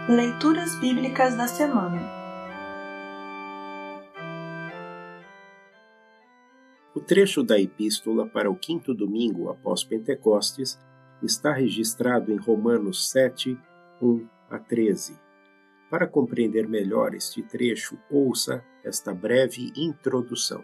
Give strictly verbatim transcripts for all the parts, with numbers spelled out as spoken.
Leituras Bíblicas da Semana. O trecho da Epístola para o quinto domingo após Pentecostes está registrado em Romanos sete, um a treze. Para compreender melhor este trecho, ouça esta breve introdução.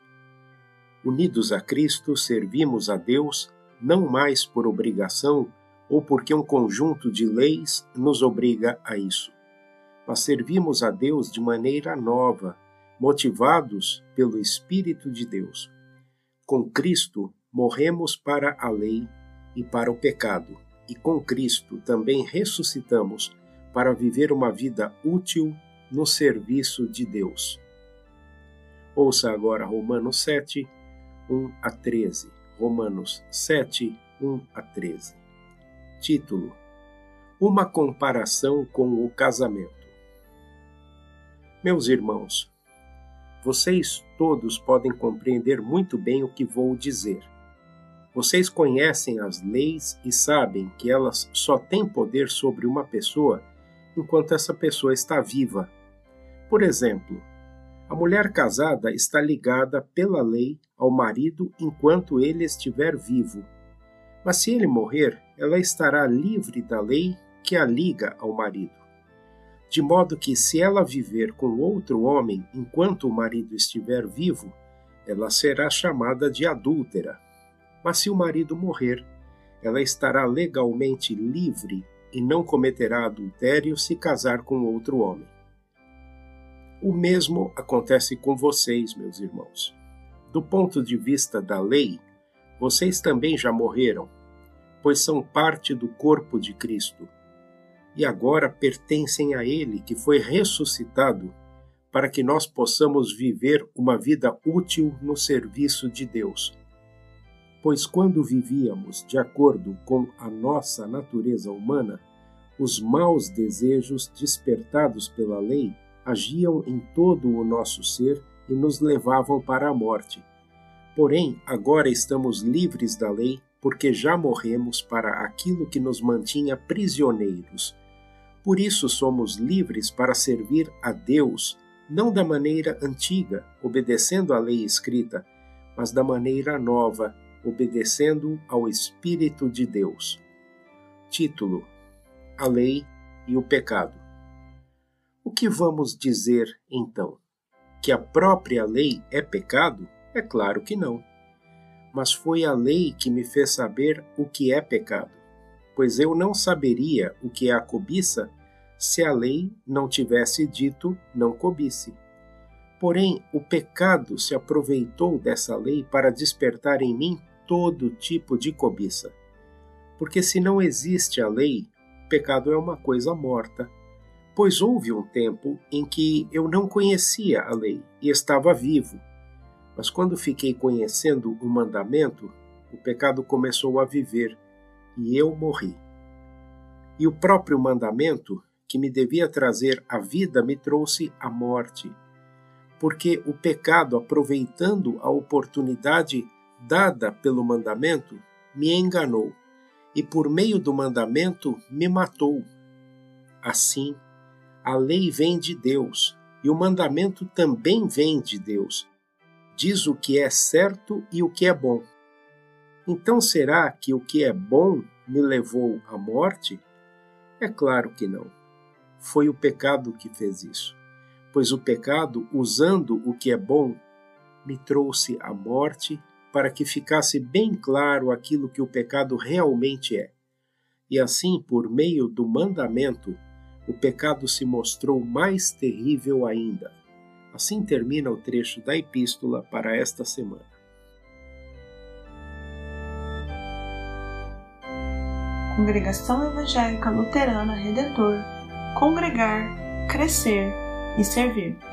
Unidos a Cristo, servimos a Deus não mais por obrigação ou porque um conjunto de leis nos obriga a isso, mas servimos a Deus de maneira nova, motivados pelo Espírito de Deus. Com Cristo, morremos para a lei e para o pecado, e com Cristo também ressuscitamos para viver uma vida útil no serviço de Deus. Ouça agora Romanos sete, um a treze. Romanos sete, um a treze. Título: Uma comparação com o casamento. Meus irmãos, vocês todos podem compreender muito bem o que vou dizer. Vocês conhecem as leis e sabem que elas só têm poder sobre uma pessoa enquanto essa pessoa está viva. Por exemplo, a mulher casada está ligada pela lei ao marido enquanto ele estiver vivo. Mas se ele morrer, ela estará livre da lei que a liga ao marido. De modo que, se ela viver com outro homem enquanto o marido estiver vivo, ela será chamada de adúltera. Mas se o marido morrer, ela estará legalmente livre e não cometerá adultério se casar com outro homem. O mesmo acontece com vocês, meus irmãos. Do ponto de vista da lei, vocês também já morreram, pois são parte do corpo de Cristo, e agora pertencem a Ele, que foi ressuscitado, para que nós possamos viver uma vida útil no serviço de Deus. Pois quando vivíamos de acordo com a nossa natureza humana, os maus desejos despertados pela lei agiam em todo o nosso ser e nos levavam para a morte. Porém, agora estamos livres da lei, porque já morremos para aquilo que nos mantinha prisioneiros. Por isso somos livres para servir a Deus, não da maneira antiga, obedecendo à lei escrita, mas da maneira nova, obedecendo ao Espírito de Deus. Título: A lei e o pecado. O que vamos dizer, então? Que a própria lei é pecado? É claro que não. Mas foi a lei que me fez saber o que é pecado, pois eu não saberia o que é a cobiça se a lei não tivesse dito não cobice. Porém, o pecado se aproveitou dessa lei para despertar em mim todo tipo de cobiça. Porque se não existe a lei, o pecado é uma coisa morta. Pois houve um tempo em que eu não conhecia a lei e estava vivo. Mas quando fiquei conhecendo o mandamento, o pecado começou a viver e eu morri. E o próprio mandamento, que me devia trazer a vida, me trouxe a morte. Porque o pecado, aproveitando a oportunidade dada pelo mandamento, me enganou e por meio do mandamento me matou. Assim, a lei vem de Deus e o mandamento também vem de Deus. Diz o que é certo e o que é bom. Então será que o que é bom me levou à morte? É claro que não. Foi o pecado que fez isso. Pois o pecado, usando o que é bom, me trouxe à morte para que ficasse bem claro aquilo que o pecado realmente é. E assim, por meio do mandamento, o pecado se mostrou mais terrível ainda. Assim termina o trecho da Epístola para esta semana. Congregação Evangélica Luterana Redentor. Congregar, crescer e servir.